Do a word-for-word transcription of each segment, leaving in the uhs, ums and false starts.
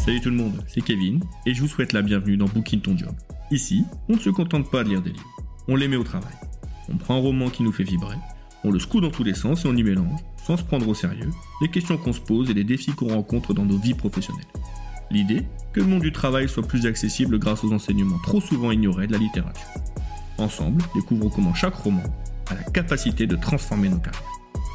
Salut tout le monde, c'est Kevin et je vous souhaite la bienvenue dans Booking Ton Job. Ici, on ne se contente pas de lire des livres, on les met au travail. On prend un roman qui nous fait vibrer, on le secoue dans tous les sens et on y mélange, sans se prendre au sérieux, les questions qu'on se pose et les défis qu'on rencontre dans nos vies professionnelles. L'idée, que le monde du travail soit plus accessible grâce aux enseignements trop souvent ignorés de la littérature. Ensemble, découvrons comment chaque roman a la capacité de transformer nos carrières.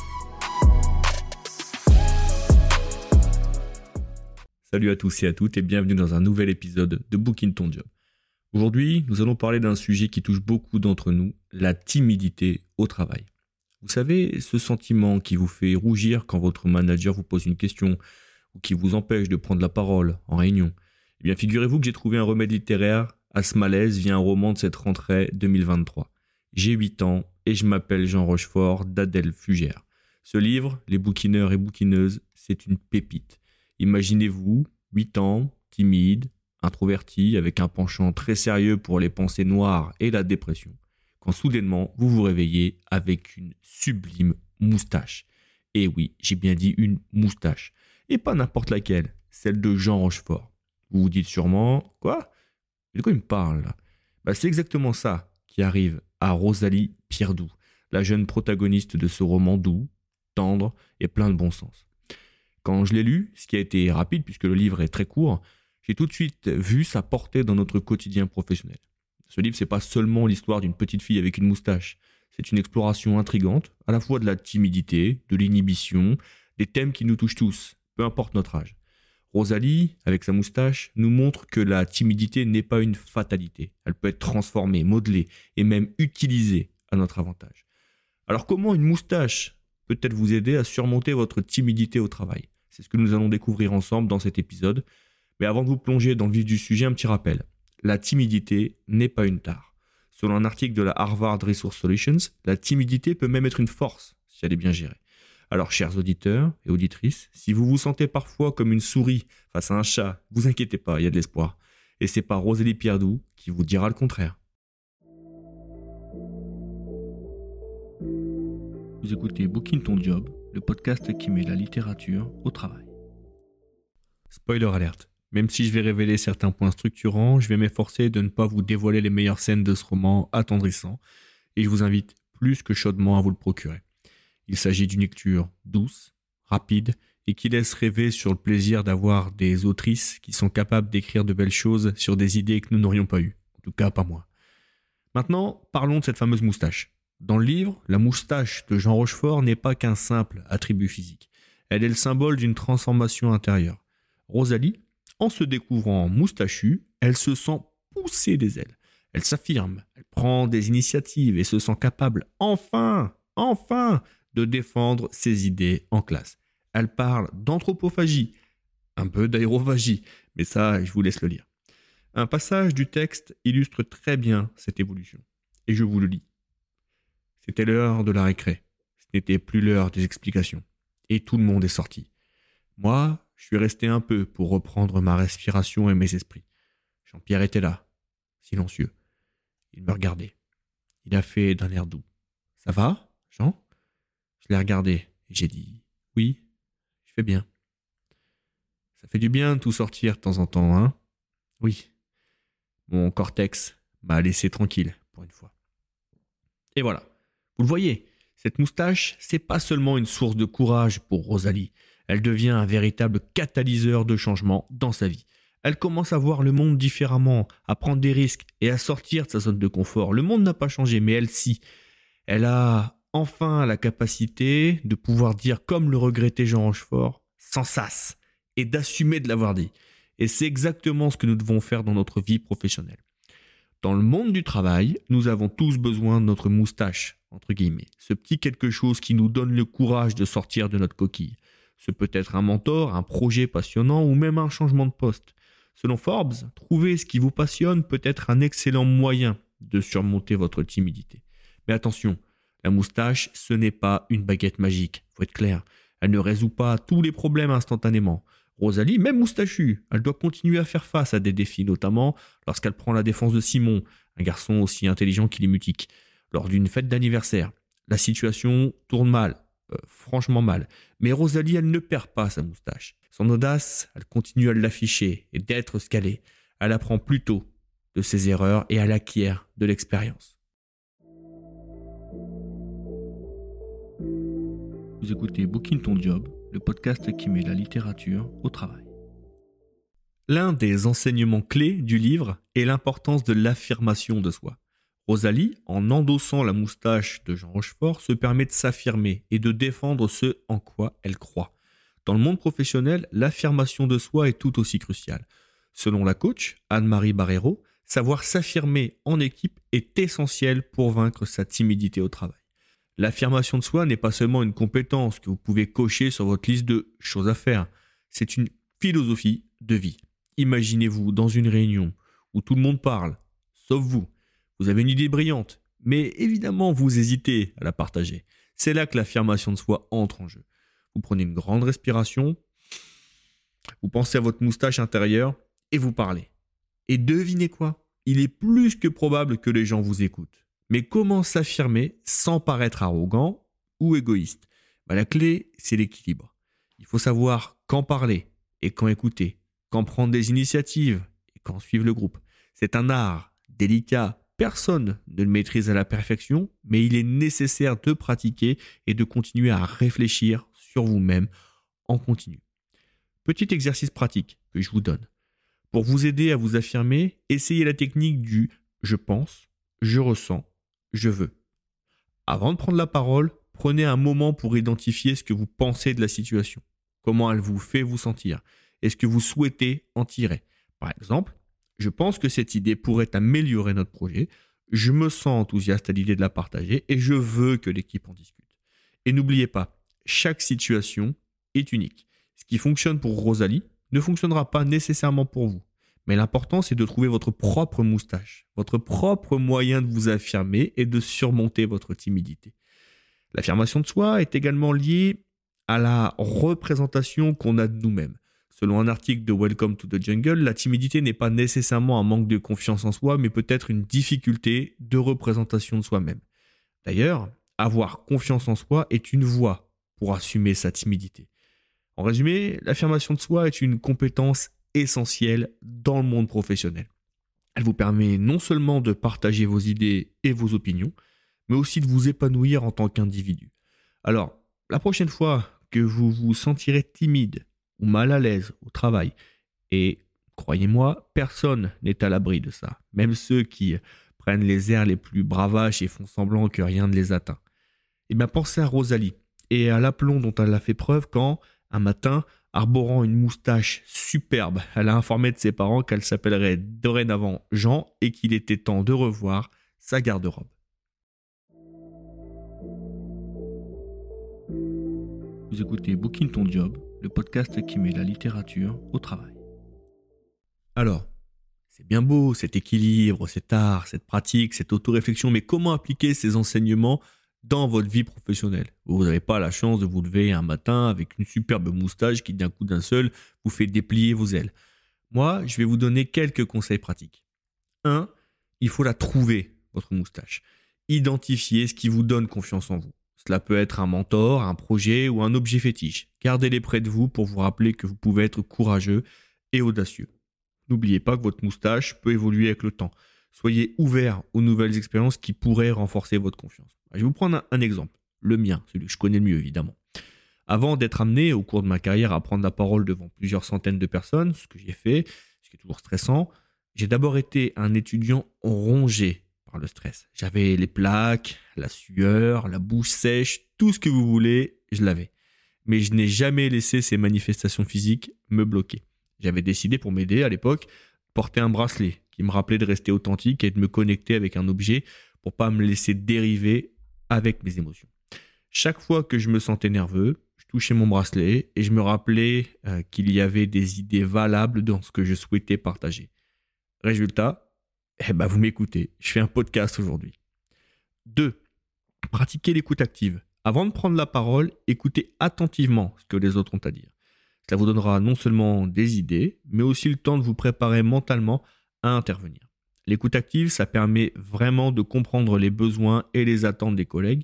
Salut à tous et à toutes et bienvenue dans un nouvel épisode de Booking Ton Job. Aujourd'hui, nous allons parler d'un sujet qui touche beaucoup d'entre nous, la timidité au travail. Vous savez, ce sentiment qui vous fait rougir quand votre manager vous pose une question ou qui vous empêche de prendre la parole en réunion. Eh bien, figurez-vous que j'ai trouvé un remède littéraire à ce malaise via un roman de cette rentrée deux mille vingt-trois. J'ai huit ans et je m'appelle Jean Rochefort d'Adèle Fugère. Ce livre, les bouquineurs et bouquineuses, c'est une pépite. Imaginez-vous, huit ans, timide, introverti, avec un penchant très sérieux pour les pensées noires et la dépression, quand soudainement vous vous réveillez avec une sublime moustache. Et oui, j'ai bien dit une moustache. Et pas n'importe laquelle, celle de Jean Rochefort. Vous vous dites sûrement, quoi ? De quoi il me parle là ? Bah, c'est exactement ça qui arrive à Rosalie Pierdoux, la jeune protagoniste de ce roman doux, tendre et plein de bon sens. Quand je l'ai lu, ce qui a été rapide puisque le livre est très court, j'ai tout de suite vu sa portée dans notre quotidien professionnel. Ce livre, c'est pas seulement l'histoire d'une petite fille avec une moustache. C'est une exploration intrigante, à la fois de la timidité, de l'inhibition, des thèmes qui nous touchent tous, peu importe notre âge. Rosalie, avec sa moustache, nous montre que la timidité n'est pas une fatalité. Elle peut être transformée, modelée et même utilisée à notre avantage. Alors comment une moustache peut-elle vous aider à surmonter votre timidité au travail ? C'est ce que nous allons découvrir ensemble dans cet épisode. Mais avant de vous plonger dans le vif du sujet, un petit rappel. La timidité n'est pas une tare. Selon un article de la Harvard Resource Solutions, la timidité peut même être une force si elle est bien gérée. Alors, chers auditeurs et auditrices, si vous vous sentez parfois comme une souris face à un chat, vous inquiétez pas, il y a de l'espoir. Et c'est pas Rosalie Pierdoux qui vous dira le contraire. Vous écoutez Booking Ton Job, le podcast qui met la littérature au travail. Spoiler alert. Même si je vais révéler certains points structurants, je vais m'efforcer de ne pas vous dévoiler les meilleures scènes de ce roman attendrissant et je vous invite plus que chaudement à vous le procurer. Il s'agit d'une lecture douce, rapide et qui laisse rêver sur le plaisir d'avoir des autrices qui sont capables d'écrire de belles choses sur des idées que nous n'aurions pas eues. En tout cas, pas moi. Maintenant, parlons de cette fameuse moustache. Dans le livre, la moustache de Jean Rochefort n'est pas qu'un simple attribut physique. Elle est le symbole d'une transformation intérieure. Rosalie, en se découvrant moustachue, elle se sent pousser des ailes. Elle s'affirme, elle prend des initiatives et se sent capable, enfin, enfin, de défendre ses idées en classe. Elle parle d'anthropophagie, un peu d'aérophagie, mais ça, je vous laisse le lire. Un passage du texte illustre très bien cette évolution, et je vous le lis. C'était l'heure de la récré, ce n'était plus l'heure des explications, et tout le monde est sorti. Moi, je suis resté un peu pour reprendre ma respiration et mes esprits. Jean-Pierre était là, silencieux. Il me regardait. Il a fait d'un air doux. « Ça va, Jean ?» Je l'ai regardé et j'ai dit « Oui, je fais bien. » Ça fait du bien de tout sortir de temps en temps, hein ? Oui. Mon cortex m'a laissé tranquille pour une fois. Et voilà. Vous le voyez, cette moustache, c'est pas seulement une source de courage pour Rosalie. Elle devient un véritable catalyseur de changement dans sa vie. Elle commence à voir le monde différemment, à prendre des risques et à sortir de sa zone de confort. Le monde n'a pas changé, mais elle si. Elle a enfin la capacité de pouvoir dire, comme le regrettait Jean Rochefort, sans sas, et d'assumer de l'avoir dit. Et c'est exactement ce que nous devons faire dans notre vie professionnelle. Dans le monde du travail, nous avons tous besoin de notre moustache, entre guillemets. Ce petit quelque chose qui nous donne le courage de sortir de notre coquille. Ce peut être un mentor, un projet passionnant ou même un changement de poste. Selon Forbes, trouver ce qui vous passionne peut être un excellent moyen de surmonter votre timidité. Mais attention, la moustache, ce n'est pas une baguette magique, faut être clair. Elle ne résout pas tous les problèmes instantanément. Rosalie, même moustachue, elle doit continuer à faire face à des défis, notamment lorsqu'elle prend la défense de Simon, un garçon aussi intelligent qu'il est mutique. Lors d'une fête d'anniversaire, la situation tourne mal. euh, franchement mal. Mais Rosalie, elle ne perd pas sa moustache. Son audace, elle continue à l'afficher et d'être ce qu'elle est. Elle apprend plutôt de ses erreurs et elle acquiert de l'expérience. Vous écoutez Booking ton job, le podcast qui met la littérature au travail. L'un des enseignements clés du livre est l'importance de l'affirmation de soi. Rosalie, en endossant la moustache de Jean Rochefort, se permet de s'affirmer et de défendre ce en quoi elle croit. Dans le monde professionnel, l'affirmation de soi est tout aussi cruciale. Selon la coach Anne-Marie Barrero, savoir s'affirmer en équipe est essentiel pour vaincre sa timidité au travail. L'affirmation de soi n'est pas seulement une compétence que vous pouvez cocher sur votre liste de choses à faire, c'est une philosophie de vie. Imaginez-vous dans une réunion où tout le monde parle, sauf vous. Vous avez une idée brillante, mais évidemment vous hésitez à la partager. C'est là que l'affirmation de soi entre en jeu. Vous prenez une grande respiration, vous pensez à votre moustache intérieure et vous parlez. Et devinez quoi ? Il est plus que probable que les gens vous écoutent. Mais comment s'affirmer sans paraître arrogant ou égoïste ? Bah, la clé, c'est l'équilibre. Il faut savoir quand parler et quand écouter, quand prendre des initiatives et quand suivre le groupe. C'est un art délicat. Personne ne le maîtrise à la perfection, mais il est nécessaire de pratiquer et de continuer à réfléchir sur vous-même en continu. Petit exercice pratique que je vous donne. Pour vous aider à vous affirmer, essayez la technique du « je pense »,« je ressens »,« je veux ». Avant de prendre la parole, prenez un moment pour identifier ce que vous pensez de la situation. Comment elle vous fait vous sentir ? Et ce que vous souhaitez en tirer. Par exemple, je pense que cette idée pourrait améliorer notre projet. Je me sens enthousiaste à l'idée de la partager et je veux que l'équipe en discute. Et n'oubliez pas, chaque situation est unique. Ce qui fonctionne pour Rosalie ne fonctionnera pas nécessairement pour vous. Mais l'important, c'est de trouver votre propre moustache, votre propre moyen de vous affirmer et de surmonter votre timidité. L'affirmation de soi est également liée à la représentation qu'on a de nous-mêmes. Selon un article de Welcome to the Jungle, la timidité n'est pas nécessairement un manque de confiance en soi, mais peut-être une difficulté de représentation de soi-même. D'ailleurs, avoir confiance en soi est une voie pour assumer sa timidité. En résumé, l'affirmation de soi est une compétence essentielle dans le monde professionnel. Elle vous permet non seulement de partager vos idées et vos opinions, mais aussi de vous épanouir en tant qu'individu. Alors, la prochaine fois que vous vous sentirez timide ou mal à l'aise au travail, et croyez-moi, personne n'est à l'abri de ça, même ceux qui prennent les airs les plus bravaches et font semblant que rien ne les atteint. Eh bien, pensez à Rosalie et à l'aplomb dont elle a fait preuve quand, un matin, arborant une moustache superbe, elle a informé de ses parents qu'elle s'appellerait dorénavant Jean et qu'il était temps de revoir sa garde-robe. Vous écoutez Booking ton job, le podcast qui met la littérature au travail. Alors, c'est bien beau cet équilibre, cet art, cette pratique, cette autoréflexion, mais comment appliquer ces enseignements dans votre vie professionnelle ? Vous n'avez pas la chance de vous lever un matin avec une superbe moustache qui d'un coup d'un seul vous fait déplier vos ailes. Moi, je vais vous donner quelques conseils pratiques. un. Il faut la trouver, votre moustache. Identifiez ce qui vous donne confiance en vous. Cela peut être un mentor, un projet ou un objet fétiche. Gardez-les près de vous pour vous rappeler que vous pouvez être courageux et audacieux. N'oubliez pas que votre moustache peut évoluer avec le temps. Soyez ouvert aux nouvelles expériences qui pourraient renforcer votre confiance. Je vais vous prendre un, un exemple, le mien, celui que je connais le mieux évidemment. Avant d'être amené au cours de ma carrière à prendre la parole devant plusieurs centaines de personnes, ce que j'ai fait, ce qui est toujours stressant, j'ai d'abord été un étudiant rongé par le stress. J'avais les plaques, la sueur, la bouche sèche, tout ce que vous voulez, je l'avais. Mais je n'ai jamais laissé ces manifestations physiques me bloquer. J'avais décidé pour m'aider à l'époque, porter un bracelet qui me rappelait de rester authentique et de me connecter avec un objet pour pas me laisser dériver avec mes émotions. Chaque fois que je me sentais nerveux, je touchais mon bracelet et je me rappelais euh, qu'il y avait des idées valables dans ce que je souhaitais partager. Résultat, eh ben vous m'écoutez, je fais un podcast aujourd'hui. deux. Pratiquez l'écoute active. Avant de prendre la parole, écoutez attentivement ce que les autres ont à dire. Cela vous donnera non seulement des idées, mais aussi le temps de vous préparer mentalement à intervenir. L'écoute active, ça permet vraiment de comprendre les besoins et les attentes des collègues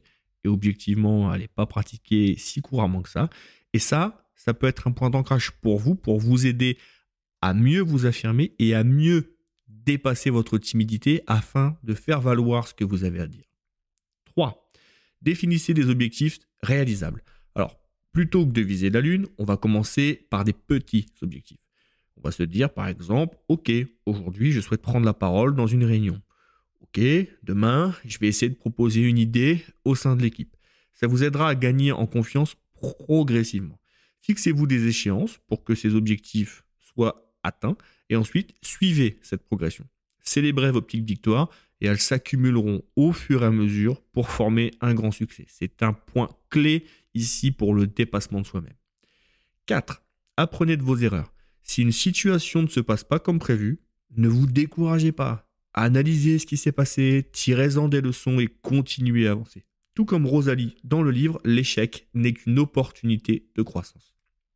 et objectivement, elle n'est pas pratiquée si couramment que ça. Et ça, ça peut être un point d'ancrage pour vous, pour vous aider à mieux vous affirmer et à mieux dépasser votre timidité afin de faire valoir ce que vous avez à dire. trois. Définissez des objectifs réalisables. Alors, plutôt que de viser la lune, on va commencer par des petits objectifs. On va se dire par exemple, ok, aujourd'hui je souhaite prendre la parole dans une réunion. Ok, demain je vais essayer de proposer une idée au sein de l'équipe. Ça vous aidera à gagner en confiance progressivement. Fixez-vous des échéances pour que ces objectifs soient atteints et ensuite suivez cette progression. Célébrez vos petites victoires et elles s'accumuleront au fur et à mesure pour former un grand succès. C'est un point clé ici pour le dépassement de soi-même. quatre. Apprenez de vos erreurs. Si une situation ne se passe pas comme prévu, ne vous découragez pas. Analysez ce qui s'est passé, tirez-en des leçons et continuez à avancer. Tout comme Rosalie dans le livre, l'échec n'est qu'une opportunité de croissance.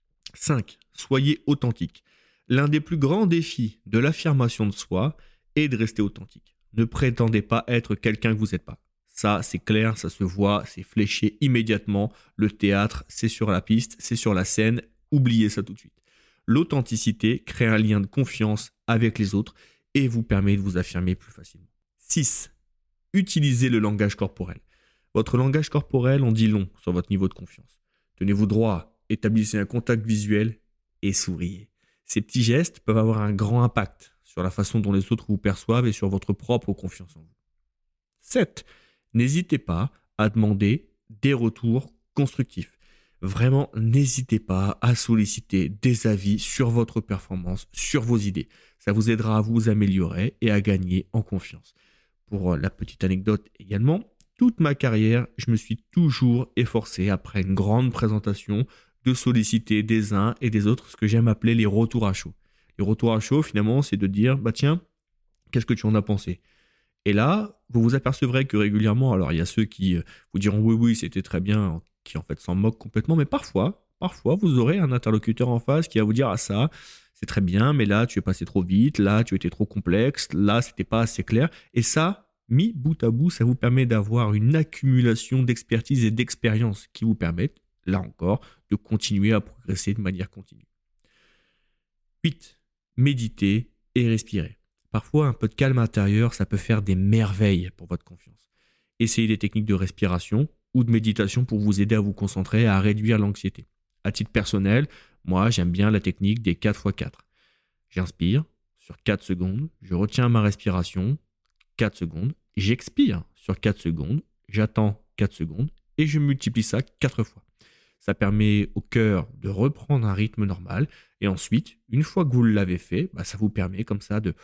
cinq. Soyez authentique. L'un des plus grands défis de l'affirmation de soi est de rester authentique. Ne prétendez pas être quelqu'un que vous n'êtes pas. Ça, c'est clair, ça se voit, c'est fléché immédiatement. Le théâtre, c'est sur la piste, c'est sur la scène. Oubliez ça tout de suite. L'authenticité crée un lien de confiance avec les autres et vous permet de vous affirmer plus facilement. six. Utilisez le langage corporel. Votre langage corporel en dit long sur votre niveau de confiance. Tenez-vous droit, établissez un contact visuel et souriez. Ces petits gestes peuvent avoir un grand impact sur la façon dont les autres vous perçoivent et sur votre propre confiance en vous. sept. N'hésitez pas à demander des retours constructifs. Vraiment, n'hésitez pas à solliciter des avis sur votre performance, sur vos idées. Ça vous aidera à vous améliorer et à gagner en confiance. Pour la petite anecdote également, toute ma carrière, je me suis toujours efforcé, après une grande présentation, de solliciter des uns et des autres ce que j'aime appeler les retours à chaud. Les retours à chaud, finalement, c'est de dire, bah tiens, qu'est-ce que tu en as pensé ? Et là, vous vous apercevrez que régulièrement, alors il y a ceux qui vous diront oui, oui, c'était très bien, qui en fait s'en moquent complètement, mais parfois, parfois, vous aurez un interlocuteur en face qui va vous dire ah ça, c'est très bien, mais là, tu es passé trop vite, là, tu étais trop complexe, là, c'était pas assez clair. Et ça, mis bout à bout, ça vous permet d'avoir une accumulation d'expertise et d'expérience qui vous permettent, là encore, de continuer à progresser de manière continue. huit. Méditez et respirez. Parfois, un peu de calme intérieur, ça peut faire des merveilles pour votre confiance. Essayez des techniques de respiration ou de méditation pour vous aider à vous concentrer et à réduire l'anxiété. À titre personnel, moi, j'aime bien la technique des quatre fois quatre. J'inspire sur quatre secondes, je retiens ma respiration, quatre secondes, j'expire sur quatre secondes, j'attends quatre secondes et je multiplie ça quatre fois. Ça permet au cœur de reprendre un rythme normal et ensuite, une fois que vous l'avez fait, bah, ça vous permet comme ça de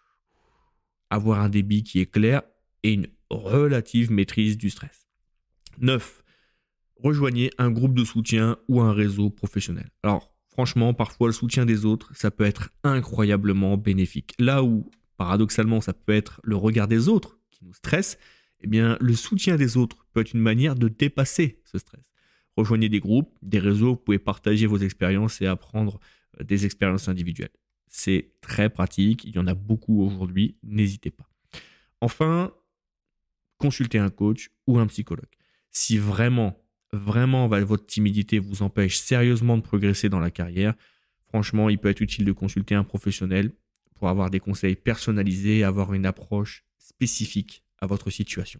avoir un débit qui est clair et une relative maîtrise du stress. neuf. Rejoignez un groupe de soutien ou un réseau professionnel. Alors, franchement, parfois, le soutien des autres, ça peut être incroyablement bénéfique. Là où, paradoxalement, ça peut être le regard des autres qui nous stresse, eh bien, le soutien des autres peut être une manière de dépasser ce stress. Rejoignez des groupes, des réseaux, vous pouvez partager vos expériences et apprendre des expériences individuelles. C'est très pratique, il y en a beaucoup aujourd'hui, n'hésitez pas. Enfin, consultez un coach ou un psychologue. Si vraiment, vraiment votre timidité vous empêche sérieusement de progresser dans la carrière, franchement, il peut être utile de consulter un professionnel pour avoir des conseils personnalisés et avoir une approche spécifique à votre situation.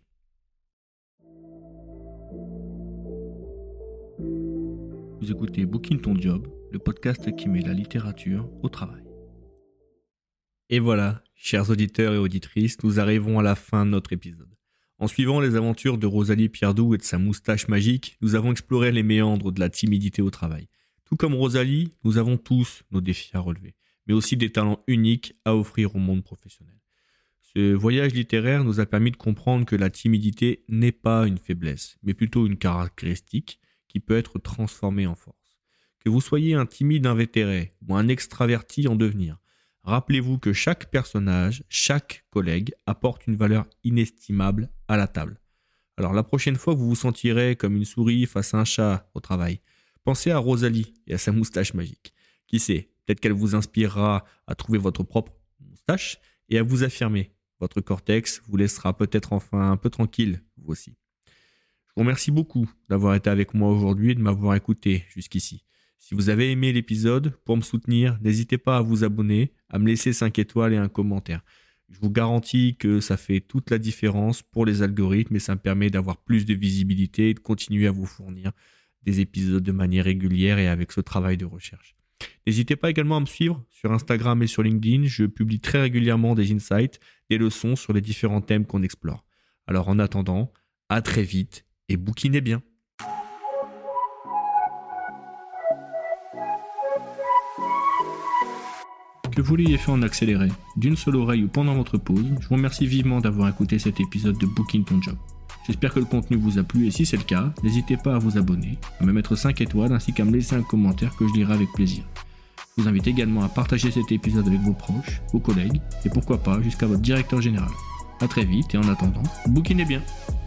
Vous écoutez Booking Ton Job, le podcast qui met la littérature au travail. Et voilà, chers auditeurs et auditrices, nous arrivons à la fin de notre épisode. En suivant les aventures de Rosalie Pierdou et de sa moustache magique, nous avons exploré les méandres de la timidité au travail. Tout comme Rosalie, nous avons tous nos défis à relever, mais aussi des talents uniques à offrir au monde professionnel. Ce voyage littéraire nous a permis de comprendre que la timidité n'est pas une faiblesse, mais plutôt une caractéristique qui peut être transformée en force. Que vous soyez un timide invétéré ou un extraverti en devenir, rappelez-vous que chaque personnage, chaque collègue apporte une valeur inestimable à la table. Alors la prochaine fois que vous vous sentirez comme une souris face à un chat au travail, pensez à Rosalie et à sa moustache magique. Qui sait, peut-être qu'elle vous inspirera à trouver votre propre moustache et à vous affirmer. Votre cortex vous laissera peut-être enfin un peu tranquille, vous aussi. Je vous remercie beaucoup d'avoir été avec moi aujourd'hui et de m'avoir écouté jusqu'ici. Si vous avez aimé l'épisode, pour me soutenir, n'hésitez pas à vous abonner, à me laisser cinq étoiles et un commentaire. Je vous garantis que ça fait toute la différence pour les algorithmes et ça me permet d'avoir plus de visibilité et de continuer à vous fournir des épisodes de manière régulière et avec ce travail de recherche. N'hésitez pas également à me suivre sur Instagram et sur LinkedIn. Je publie très régulièrement des insights, des leçons sur les différents thèmes qu'on explore. Alors en attendant, à très vite et bouquinez bien. Que vous l'ayez fait en accéléré, d'une seule oreille ou pendant votre pause, je vous remercie vivement d'avoir écouté cet épisode de Booking Ton Job. J'espère que le contenu vous a plu et si c'est le cas, n'hésitez pas à vous abonner, à me mettre cinq étoiles ainsi qu'à me laisser un commentaire que je lirai avec plaisir. Je vous invite également à partager cet épisode avec vos proches, vos collègues et pourquoi pas jusqu'à votre directeur général. A très vite et en attendant, bookinez bien.